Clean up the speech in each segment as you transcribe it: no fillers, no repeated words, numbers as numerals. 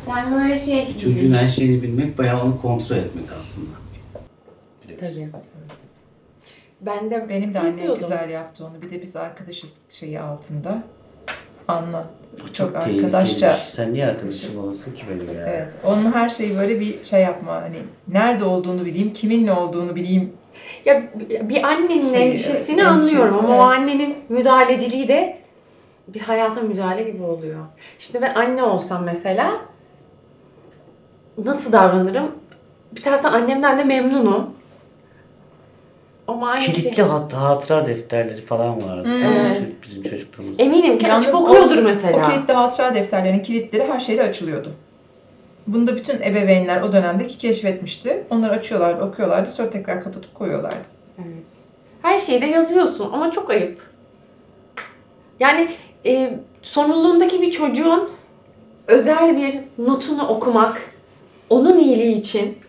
Yani böyle şey... Çocuğun her şeyini bilmek bayağı onu kontrol etmek aslında. Tabii. Benim de annem güzel yaptı onu. Bir de biz arkadaşız şeyi altında. Anla. O çok arkadaşça. Sen niye arkadaşım olasın ki benim ya? Evet. Onun her şeyi böyle bir şey yapma. Hani nerede olduğunu bileyim, kiminle olduğunu bileyim. Ya bir annenin endişesini anlıyorum ama evet. o annenin müdahaleciliği de bir hayata müdahale gibi oluyor. Şimdi ben anne olsam mesela nasıl davranırım? Bir taraftan annemden de memnunum. Ama aynı kilitli hatıra defterleri falan vardı. Bizim çocukluğumuzda. Eminim ki açıp okuyordur mesela. O kilitli hatıra defterlerinin kilitleri her şeyle açılıyordu. Bunu da bütün ebeveynler o dönemdeki keşfetmişti. Onları açıyorlardı, okuyorlardı, sonra tekrar kapatıp koyuyorlardı. Evet. Her şeyi de yazıyorsun ama çok ayıp. Yani sorumluluğundaki bir çocuğun özel bir notunu okumak, onun iyiliği için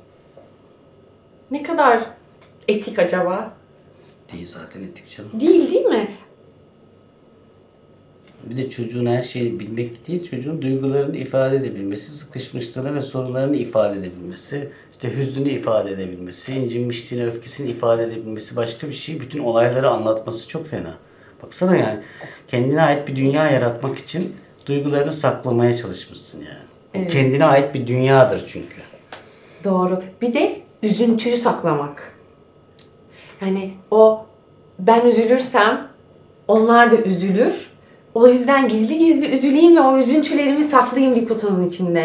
ne kadar etik acaba? Değil zaten etik canım. Değil mi? Bir de çocuğun her şeyi bilmek değil, çocuğun duygularını ifade edebilmesi, sıkışmışlığını ve sorunlarını ifade edebilmesi, işte hüznünü ifade edebilmesi, incinmişliğini, öfkesini ifade edebilmesi başka bir şey. Bütün olayları anlatması çok fena. Baksana yani kendine ait bir dünya yaratmak için duygularını saklamaya çalışmışsın yani. Evet. Kendine ait bir dünyadır çünkü. Doğru. Bir de üzüntüyü saklamak. Yani o ben üzülürsem onlar da üzülür. O yüzden gizli gizli üzüleyim ve o üzüntülerimi saklayayım bir kutunun içinde.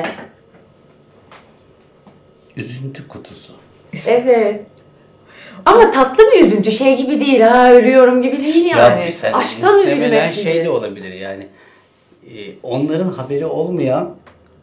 Üzüntü kutusu. Evet. Ama tatlı bir üzüntü. Şey gibi değil. Ölüyorum gibi değil yani. Ya aşktan üzülmek gibi. Şey de olabilir yani. Onların haberi olmayan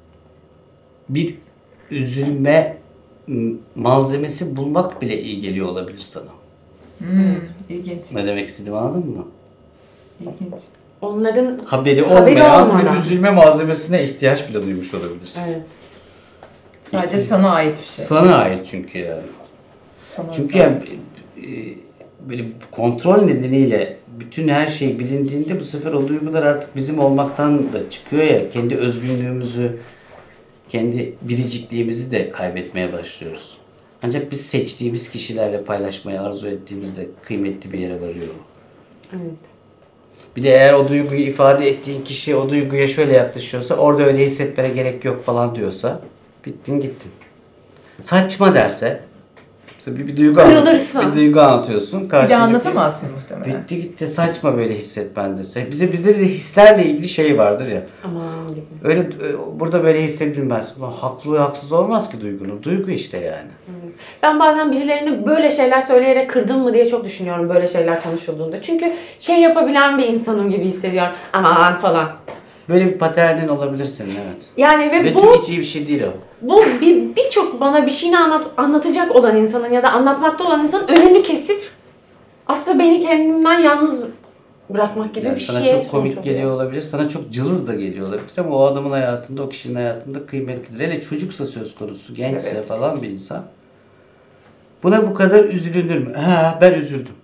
bir üzülme malzemesi bulmak bile iyi geliyor olabilir sana. İlginç. Ne demek istediğimi anladın mı? İlginç. Onların haberi olmayan bir üzülme malzemesine ihtiyaç bile duymuş olabilirsin. Evet. Sadece sana ait bir şey. Sana ait çünkü yani. Çünkü yani böyle kontrol nedeniyle bütün her şey bilindiğinde bu sefer o duygular artık bizim olmaktan da çıkıyor ya. Kendi özgünlüğümüzü, kendi biricikliğimizi de kaybetmeye başlıyoruz. Ancak biz seçtiğimiz kişilerle paylaşmayı arzu ettiğimizde kıymetli bir yere varıyor. Evet. Bir de eğer o duyguyu ifade ettiğin kişi o duyguya şöyle yaklaşıyorsa, orada öyle hissetmene gerek yok falan diyorsa, bittin gittin. Saçma derse, bir duygu anlatıyorsun. Bir de anlatamazsın muhtemelen. Bitti gitti, saçma böyle hissetmen dese. Bizde bir de hislerle ilgili şey vardır ya. Aman gibi. Öyle burada böyle hissedilmez. Haklı haksız olmaz ki duygunun. Duygu işte yani. Ben bazen birilerini böyle şeyler söyleyerek kırdım mı diye çok düşünüyorum böyle şeyler konuşulduğunda. Çünkü şey yapabilen bir insanım gibi hissediyorum. Aman falan. Böyle bir paternin olabilir senin, evet. Yani ve bu çok hiç iyi bir şey değil o. Bu birçok bana bir şeyini anlatacak olan insanın ya da anlatmakta olan insanın önünü kesip aslında beni kendimden yalnız bırakmak gibi yani bir şey. Sana çok komik geliyor olabilir, sana çok cılız da geliyor olabilir ama o adamın hayatında, o kişinin hayatında kıymetlidir. Hele çocuksa söz konusu, gençse falan bir insan. Buna bu kadar üzülünür mü? Ben üzüldüm.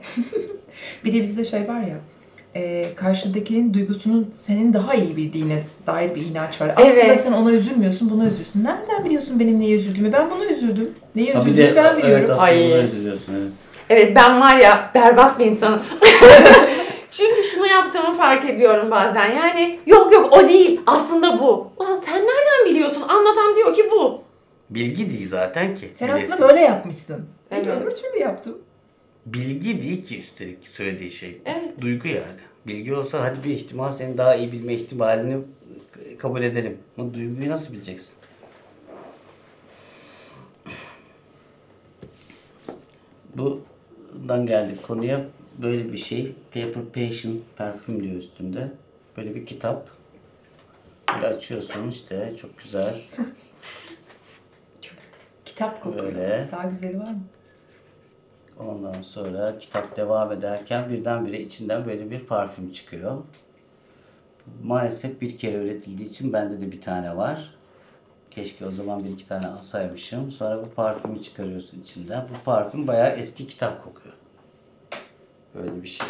Bir de bizde şey var ya, karşıdakinin duygusunun senin daha iyi bildiğine dair bir inanç var. Aslında sen ona üzülmüyorsun, buna üzülüyorsun. Nereden biliyorsun benim neye üzüldüğümü? Ben buna üzüldüm. Neye üzüldüğümü ben biliyorum. Evet, aslında buna üzülüyorsun, evet. Evet, ben var ya berbat bir insanım. Çünkü şunu yaptığımı fark ediyorum bazen. Yani yok o değil, aslında bu. Ulan sen nereden biliyorsun? Anlatan diyor ki bu. Bilgi değil zaten ki. Sen aslında böyle yapmışsın. Evet. Ben öbür türlü yaptım. Bilgi değil ki üstelik söylediği şey. Evet. Duygu yani. Bilgi olsa hadi bir ihtimal senin daha iyi bilme ihtimalini kabul edelim. Ama duyguyu nasıl bileceksin? Bundan geldik konuya. Böyle bir şey. Paper Passion parfüm diyor üstünde. Böyle bir kitap. Böyle açıyorsun işte. Çok güzel. Kitap kokuyor. Böyle. Daha güzeli var mı? Ondan sonra kitap devam ederken birdenbire içinden böyle bir parfüm çıkıyor. Maalesef bir kere üretildiği için bende de bir tane var. Keşke o zaman bir iki tane alsaymışım. Sonra bu parfümü çıkarıyorsun içinden. Bu parfüm bayağı eski kitap kokuyor. Böyle bir şey.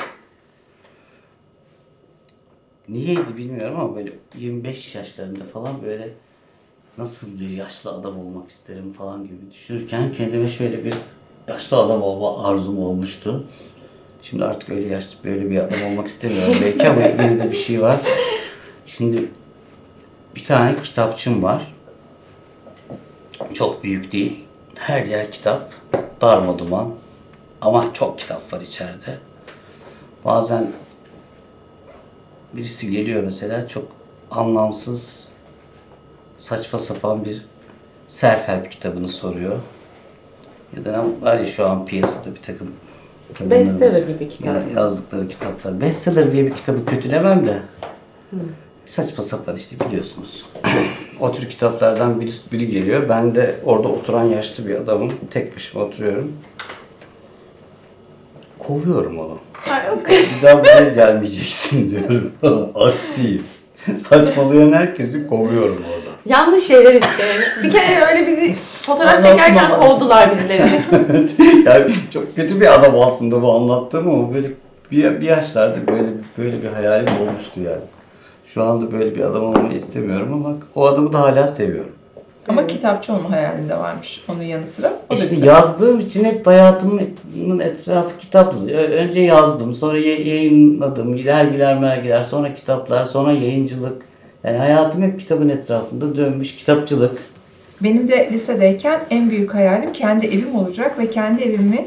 Niyeydi bilmiyorum ama böyle 25 yaşlarında falan böyle nasıl bir yaşlı adam olmak isterim falan gibi düşünürken kendime şöyle bir yaşlı adam olma arzum olmuştu. Şimdi artık öyle yaşlı böyle bir adam olmak istemiyorum belki ama yine de bir şey var. Şimdi bir tane kitapçım var. Çok büyük değil. Her yer kitap. Darmaduman. Ama çok kitap var içeride. Bazen birisi geliyor mesela çok anlamsız, saçma sapan bir self-help kitabını soruyor. Ya da var ya şu an piyasada bir takım Bestseller gibi kitap. yazdıkları kitaplar. Bestseller diye bir kitabı kötülemem de. Saçma sapan işte biliyorsunuz. O tür kitaplardan biri geliyor. Ben de orada oturan yaşlı bir adamım. Tek başıma oturuyorum. Kovuyorum onu. Bir daha buraya gelmeyeceksin diyorum. Aksi. Saçmalayan herkesi kovuyorum orada. Yanlış şeyler isterim. Bir kere öyle bizi fotoğraf çekerken Anlatmamalısın. kovdular bizleri. Yani çok kötü bir adam aslında bu anlattığım ama böyle bir yaşlarda böyle bir hayalim olmuştu yani. Şu anda böyle bir adam olmayı istemiyorum ama o adamı da hala seviyorum. Ama kitapçı olma hayalim de varmış onun yanı sıra. O da İşte güzel. yazdığım için hep hayatımın etrafı kitap dolu. Önce yazdım, sonra yayınladım, dergiler, sonra kitaplar, sonra yayıncılık. Yani hayatım hep kitabın etrafında dönmüş, kitapçılık. Benim de lisedeyken en büyük hayalim kendi evim olacak ve kendi evimin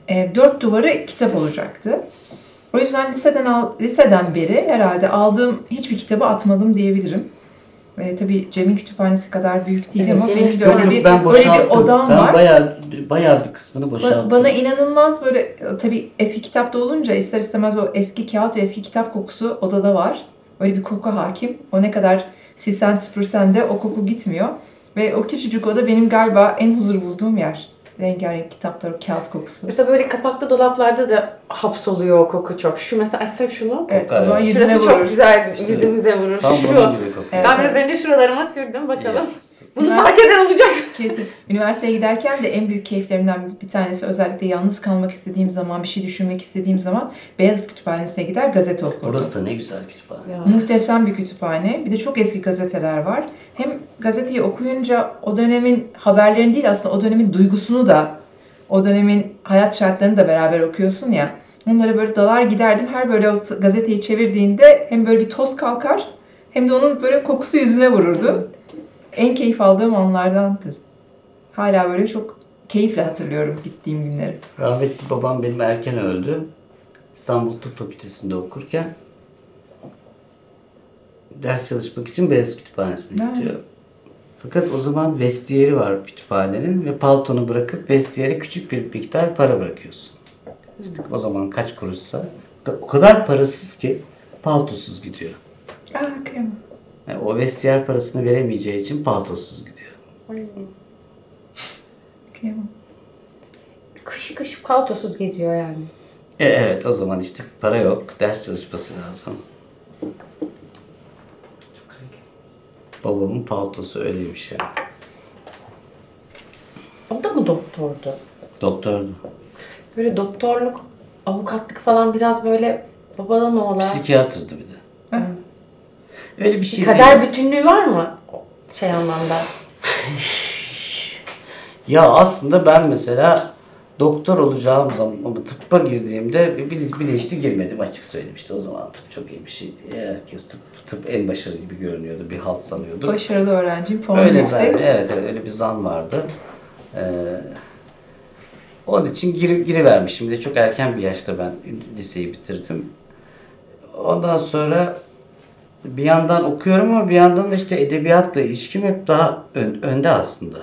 4 duvarı kitap olacaktı. O yüzden liseden beri herhalde aldığım hiçbir kitabı atmadım diyebilirim. Tabii Cem'in kütüphanesi kadar büyük değil ama Cem'in benim de öyle bir, Ben öyle bir odam ben var. bayağı bir kısmını boşalttım. Bana inanılmaz böyle tabii eski kitapta olunca ister istemez o eski kağıt ve eski kitap kokusu odada var. Öyle bir koku hakim. O ne kadar silsen süpürsen de o koku gitmiyor. Ve o küçücük oda benim galiba en huzur bulduğum yer. Rengarenk kitaplar, o kağıt kokusu. Mesela böyle kapaklı dolaplarda da hapsoluyor o koku çok. Şu mesela açsak şunu. Evet, o Evet. zaman yüzüne Şurası vurur. çok güzel İşte yüzümüze vurur. Tam Şu. bunun gibi kokuyor. Evet, Ben evet. biraz önce şuralarıma sürdüm bakalım. İyi. Bunu fark eden olacak. Kesin. Üniversiteye giderken de en büyük keyiflerimden bir tanesi özellikle yalnız kalmak istediğim zaman, bir şey düşünmek istediğim zaman Beyazıt Kütüphanesi'ne gider gazete okurdum. Orası da ne güzel kütüphane. Muhteşem bir kütüphane. Bir de çok eski gazeteler var. Hem gazeteyi okuyunca o dönemin haberlerini değil aslında o dönemin duygusunu da, o dönemin hayat şartlarını da beraber okuyorsun ya. Onlara böyle dalar giderdim. Her böyle o gazeteyi çevirdiğinde hem böyle bir toz kalkar hem de onun böyle kokusu yüzüne vururdu. En keyif aldığım anlardandır. Hala böyle çok keyifle hatırlıyorum gittiğim günleri. Rahmetli babam benim erken öldü. İstanbul Tıp Fakültesi'nde okurken ders çalışmak için Beyazıt Kütüphanesi'ne Evet. gidiyor. Fakat o zaman vestiyeri var kütüphanenin ve paltonu bırakıp vestiyere küçük bir miktar para bırakıyorsun. İşte o zaman kaç kuruşsa o kadar parasız ki paltosuz gidiyor. Kıyamam. Yani o vestiyer parasını veremeyeceği için paltosuz gidiyor. Kıyamam. Kışı kışı paltosuz geziyor yani. Evet o zaman işte para yok. Ders çalışması lazım. Babamın paltosu öyleymiş yani. O da mı doktordu? Doktordu. Böyle doktorluk, avukatlık falan biraz böyle babadan oğla. Psikiyatrdı bir de. Heh. Öyle bir şey Kader değil. bütünlüğü var mı? Şey anlamda. Ya aslında ben mesela doktor olacağım zaman ama tıbba girdiğimde bilinçli girmedim açık söyleyeyim. İşte o zaman tıp çok iyi bir şeydi. Herkes tıp en başarılı gibi görünüyordu. Bir halt sanıyordu. Başarılı öğrenciyim, puanım Öyle yüksek. zaten, evet öyle bir zan vardı. Onun için girivermişim. Bir de çok erken bir yaşta ben liseyi bitirdim. Ondan sonra bir yandan okuyorum ama bir yandan da işte edebiyatla ilişkim hep daha önde aslında.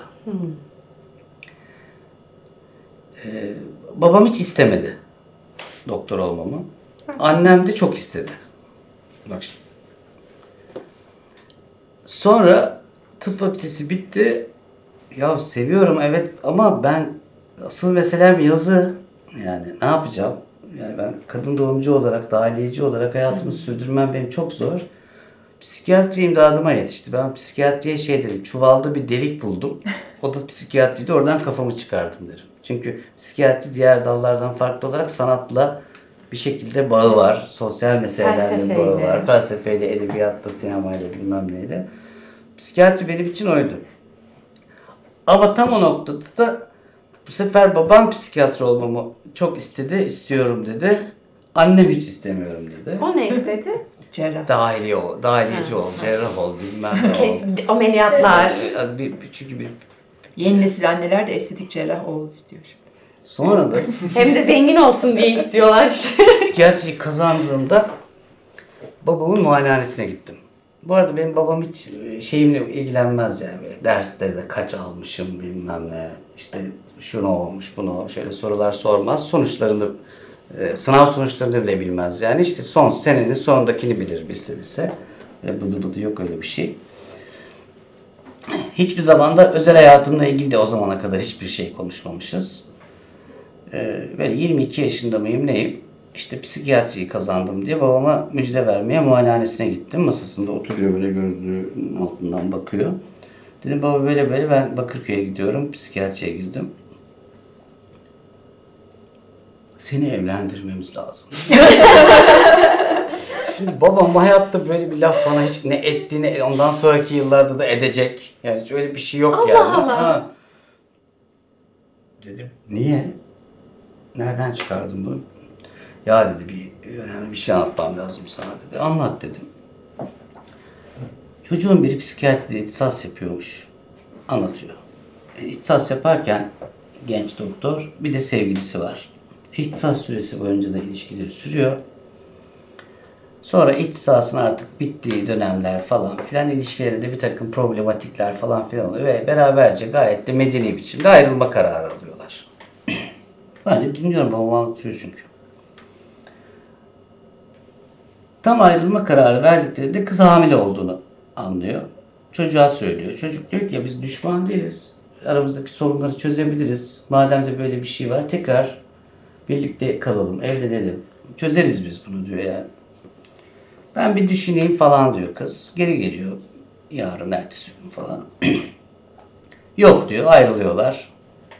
Babam hiç istemedi doktor olmamı. Annem de çok istedi. Bak şimdi. Sonra tıp fakültesi bitti. Ya seviyorum evet ama ben asıl meselem yazı. Yani ne yapacağım? Yani ben kadın doğumcu olarak, dahiliyeci olarak hayatımı sürdürmem benim çok zor. Psikiyatri imdadıma yetişti. Ben psikiyatriye şey dedim, çuvalda bir delik buldum. O da psikiyatriydi, oradan kafamı çıkardım derim. Çünkü psikiyatri diğer dallardan farklı olarak sanatla bir şekilde bağı var. Sosyal meselelerle bağı var. Felsefeyle, edebiyatla, sinemayla bilmem neyle. Psikiyatri benim için oydu. Ama tam o noktada da bu sefer babam psikiyatr olmamı çok istedi, istiyorum dedi. Annem hiç istemiyorum dedi. O ne istedi? Cerrah. Dahiliyeci ol, cerrah ol, bilmem ne ol. Ameliyatlar. Çünkü bir Yeni nesil anneler de estetik cerrah oğul istiyor şimdi. sonra da Hem de zengin olsun diye istiyorlar. psikiyatriyi kazandığımda babamın muayenehanesine gittim. Bu arada benim babam hiç şeyimle ilgilenmez yani. Böyle derslerde kaç almışım bilmem ne. İşte şunu olmuş bunu şöyle sorular sormaz. Sonuçlarını sınav sonuçlarını bile bilmez yani. İşte son senenin sonundakini bilir bilse. Bıdı bıdı yok öyle bir şey. Hiçbir zaman da özel hayatımla ilgili de o zamana kadar hiçbir şey konuşmamışız. Böyle 22 yaşında mıyım neyim? İşte psikiyatriyi kazandım diye babama müjde vermeye muayenehanesine gittim. Masasında oturuyor böyle gözlüğün altından bakıyor. Dedim baba böyle ben Bakırköy'e gidiyorum. Psikiyatriye girdim. Seni evlendirmemiz lazım. Şimdi babam hayatta böyle bir laf bana hiç ne ettiğini ondan sonraki yıllarda da edecek. Yani hiç öyle bir şey yok Allah yani. Allah. Ha. Dedim niye? Nereden çıkardın bunu? Ya dedi önemli bir şey anlatmam lazım sana dedi. Anlat dedim. Çocuğun biri psikiyatride ihtisas yapıyormuş. Anlatıyor. İhtisas yaparken genç doktor bir de sevgilisi var. İhtisas süresi boyunca da ilişkileri sürüyor. Sonra ihtisasın artık bittiği dönemler falan filan ilişkilerinde bir takım problematikler falan filan oluyor ve beraberce gayet de medeni biçimde ayrılma kararı alıyorlar. Ben de dinliyorum, babam anlatıyor çünkü. Tam ayrılma kararı verdiklerinde kız hamile olduğunu anlıyor. Çocuğa söylüyor. Çocuk diyor ki ya biz düşman değiliz. Aramızdaki sorunları çözebiliriz. Madem de böyle bir şey var tekrar birlikte kalalım, evlenelim. Çözeriz biz bunu diyor yani. Ben bir düşüneyim falan diyor kız. Geri geliyor. Yarın ertesi gün falan. Yok diyor, ayrılıyorlar.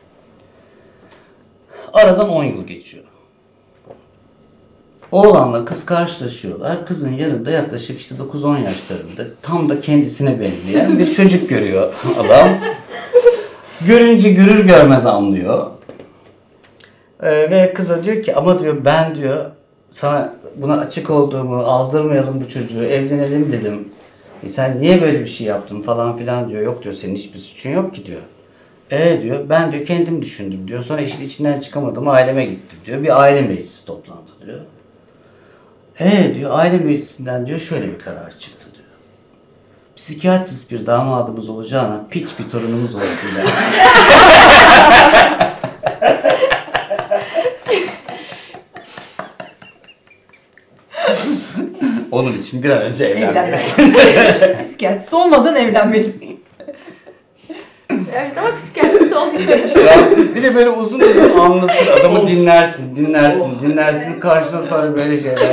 Aradan 10 yıl geçiyor. Oğlanla kız karşılaşıyorlar. Kızın yanında yaklaşık işte 9-10 yaşlarında tam da kendisine benzeyen bir çocuk görüyor adam. Görünce görür görmez anlıyor. Ve kıza diyor ki ama diyor ben diyor sana buna açık olduğumu, aldırmayalım bu çocuğu, evlenelim dedim. Sen niye böyle bir şey yaptın falan filan diyor. Yok diyor senin hiçbir suçun yok ki diyor. Diyor ben diyor kendim düşündüm diyor. Sonra işin içinden çıkamadım aileme gittim diyor. Bir aile meclisi toplandı diyor. Diyor aile meclisinden diyor şöyle bir karar çıktı diyor. Psikiyatrist bir damadımız olacağına piç bir torunumuz olsun diyor. Onun için bir an önce evlenmelisin. Psikiyatrist olmadan evlenmelisin. Evet ama psikiyatrist olduysa Bir de böyle uzun anlatır. Adamı dinlersin. Karşına sonra böyle şeyler.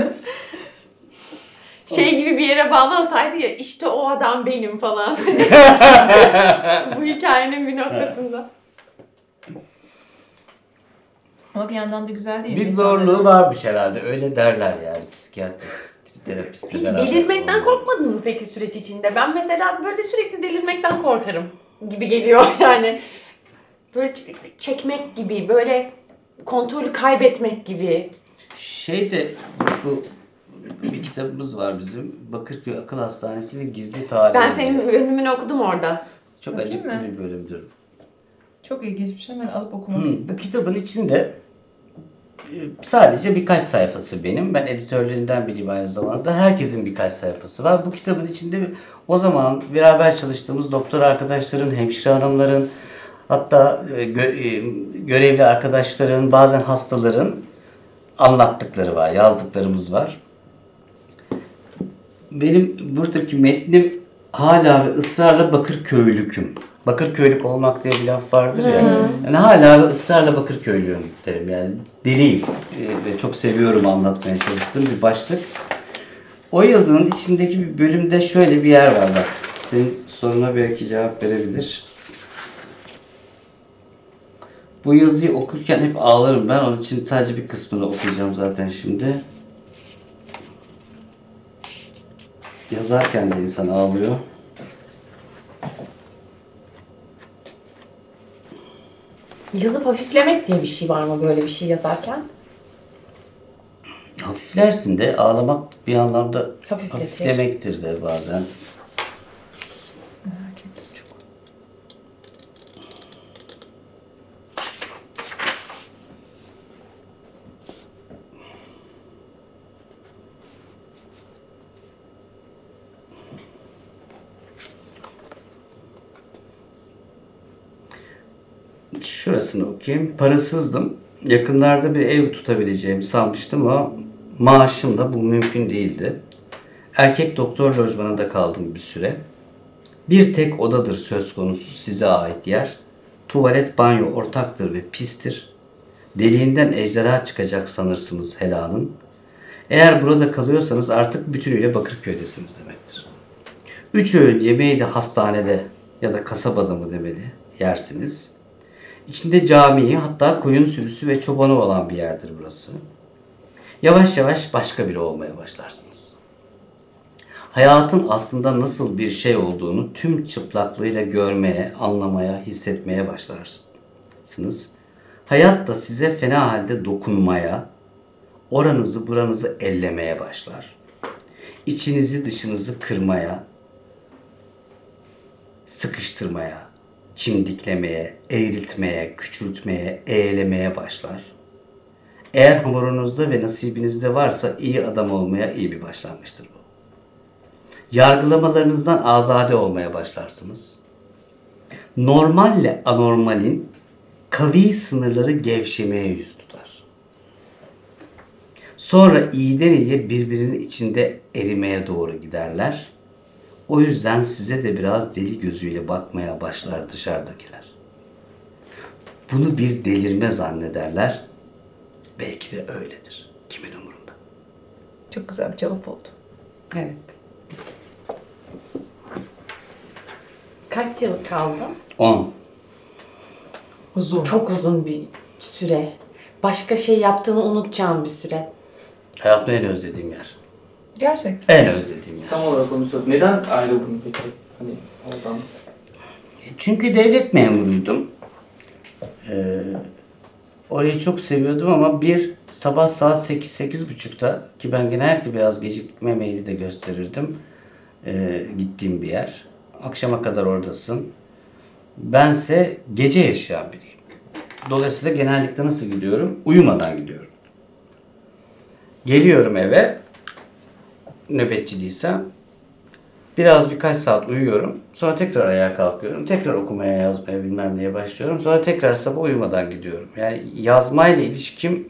şey gibi bir yere bağlansaydı ya işte o adam benim falan. Bu hikayenin bir noktasında. Ama bir yandan da güzel değil mi? Bir zorluğu varmış herhalde. Öyle derler yani psikiyatrist, terapist. Hiç delirmekten korkmadın mı peki süreç içinde? Ben mesela böyle sürekli delirmekten korkarım gibi geliyor yani. Böyle çekmek gibi, böyle kontrolü kaybetmek gibi. Bu bir kitabımız var bizim. Bakırköy Akıl Hastanesi'nin gizli tarihi. Ben senin bölümünü okudum orada. Çok Bakayım acıklı mı? bir bölümdür. Çok ilginç bir şey. Hemen alıp okumak istedim. Bu kitabın içinde sadece birkaç sayfası benim. Ben editörlerinden biriyim aynı zamanda. Herkesin birkaç sayfası var. Bu kitabın içinde o zaman beraber çalıştığımız doktor arkadaşların, hemşire hanımların, hatta görevli arkadaşların, bazen hastaların anlattıkları var, yazdıklarımız var. Benim buradaki metnim hala ve ısrarla Bakırköylüküm. Bakırköylük olmak diye bir laf vardır ya. Yani hala ve ısrarla Bakırköylüyüm derim yani. Deliyim ve çok seviyorum anlatmaya çalıştığım bir başlık. O yazının içindeki bir bölümde şöyle bir yer var bak. Senin soruna belki cevap verebilir. Bu yazıyı okurken hep ağlarım ben. Onun için sadece bir kısmını okuyacağım zaten şimdi. Yazarken de insan ağlıyor. Yazıp hafiflemek diye bir şey var mı böyle bir şey yazarken? Hafiflersin de ağlamak bir anlamda Hafifletir. hafiflemektir de bazen. Merak ettim çok. Şurasını okuyayım. Parasızdım. Yakınlarda bir ev tutabileceğimi sanmıştım ama maaşımla bu mümkün değildi. Erkek doktor lojmanında kaldım bir süre. Bir tek odadır söz konusu size ait yer. Tuvalet, banyo ortaktır ve pistir. Deliğinden ejderha çıkacak sanırsınız helanın. Eğer burada kalıyorsanız artık bütünüyle Bakırköy'desiniz demektir. 3 öğün yemeği de hastanede ya da kasabada mı demeli yersiniz. İçinde camii, hatta koyun sürüsü ve çobanı olan bir yerdir burası. Yavaş yavaş başka biri olmaya başlarsınız. Hayatın aslında nasıl bir şey olduğunu tüm çıplaklığıyla görmeye, anlamaya, hissetmeye başlarsınız. Hayat da size fena halde dokunmaya, oranızı buranızı ellemeye başlar. İçinizi dışınızı kırmaya, sıkıştırmaya, çimdiklemeye, eğriltmeye, küçültmeye, eğlemeye başlar. Eğer hamurunuzda ve nasibinizde varsa iyi adam olmaya iyi bir başlangıçtır bu. Yargılamalarınızdan azade olmaya başlarsınız. Normalle anormalin kavi sınırları gevşemeye yüz tutar. Sonra iyiden iyiye birbirinin içinde erimeye doğru giderler. O yüzden size de biraz deli gözüyle bakmaya başlar dışarıdakiler. Bunu bir delirme zannederler. Belki de öyledir. Kimin umurunda? Çok güzel bir cevap oldu. Evet. Kaç yıl kaldın? 10. Uzun. Çok uzun bir süre. Başka şey yaptığını unutacağım bir süre. Hayatımda en özlediğim yer. Gerçekten. En özlediğim yer. Tam olarak onu sor. Neden ayrıldın peki? Hani oradan. Çünkü devlet memuruydum. Orayı çok seviyordum ama bir sabah saat 8-8.30'da ki ben genellikle biraz gecikme meyli de gösterirdim. Gittiğim bir yer. Akşama kadar oradasın. Bense gece yaşayan biriyim. Dolayısıyla genellikle nasıl gidiyorum? Uyumadan gidiyorum. Geliyorum eve. Nöbetçi değilsem. Birkaç saat uyuyorum. Sonra tekrar ayağa kalkıyorum. Tekrar okumaya, yazmaya bilmem neye başlıyorum. Sonra tekrar sabah uyumadan gidiyorum. Yani yazmayla ilişkim...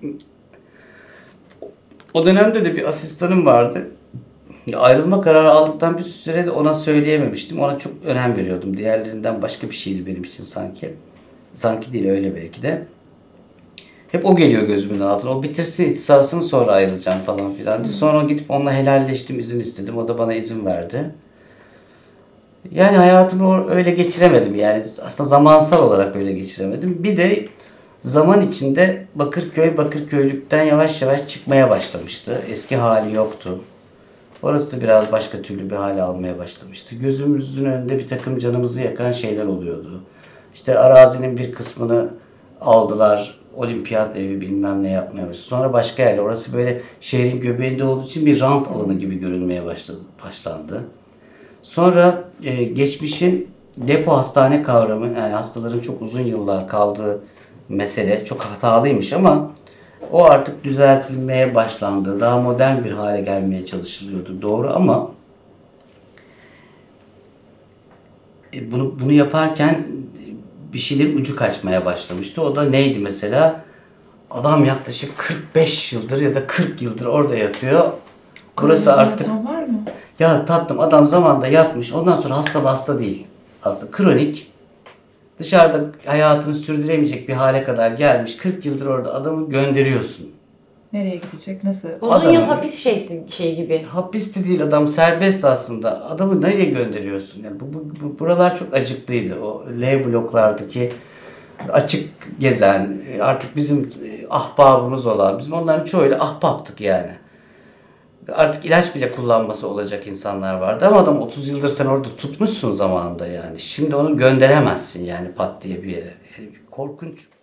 O dönemde de bir asistanım vardı. Ayrılma kararı aldıktan bir süre de ona söyleyememiştim. Ona çok önem veriyordum. Diğerlerinden başka bir şeydi benim için sanki. Sanki değil, öyle belki de. Hep o geliyor gözümün altına. O bitirsin ihtisasını, sonra ayrılacağım falan filan diye. Sonra gidip onunla helalleştim, izin istedim. O da bana izin verdi. Yani hayatımı öyle geçiremedim. Yani aslında zamansal olarak öyle geçiremedim. Bir de zaman içinde Bakırköylükten yavaş yavaş çıkmaya başlamıştı. Eski hali yoktu. Orası da biraz başka türlü bir hale almaya başlamıştı. Gözümüzün önünde bir takım canımızı yakan şeyler oluyordu. İşte arazinin bir kısmını aldılar. Olimpiyat evi bilmem ne yapmaya başladı. Sonra başka yerler. Orası böyle şehrin göbeğinde olduğu için bir rant alanı gibi görünmeye başlandı. Sonra geçmişin depo hastane kavramı, yani hastaların çok uzun yıllar kaldığı mesele çok hatalıymış ama o artık düzeltilmeye başlandı. Daha modern bir hale gelmeye çalışılıyordu. Doğru ama bunu yaparken bir şeylerin ucu kaçmaya başlamıştı. O da neydi mesela? Adam yaklaşık 45 yıldır ya da 40 yıldır orada yatıyor. Burası artık... var mı? Ya tatlım, adam zamanında yatmış. Ondan sonra hasta değil. Hasta kronik. Dışarıda hayatını sürdüremeyecek bir hale kadar gelmiş. 40 yıldır orada adamı gönderiyorsun. Nereye gidecek? Nasıl? Uzun yıl hapis şey gibi. Hapis de değil, adam serbest aslında. Adamı nereye gönderiyorsun? Yani buralar çok acıklıydı. O L bloklardaki açık gezen, artık bizim ahbabımız olan, bizim onların çoğuyla ahbaptık yani. Artık ilaç bile kullanması olacak insanlar vardı ama adam 30 yıldır sen orada tutmuşsun zamanında yani. Şimdi onu gönderemezsin yani pat diye bir yere. Yani korkunç.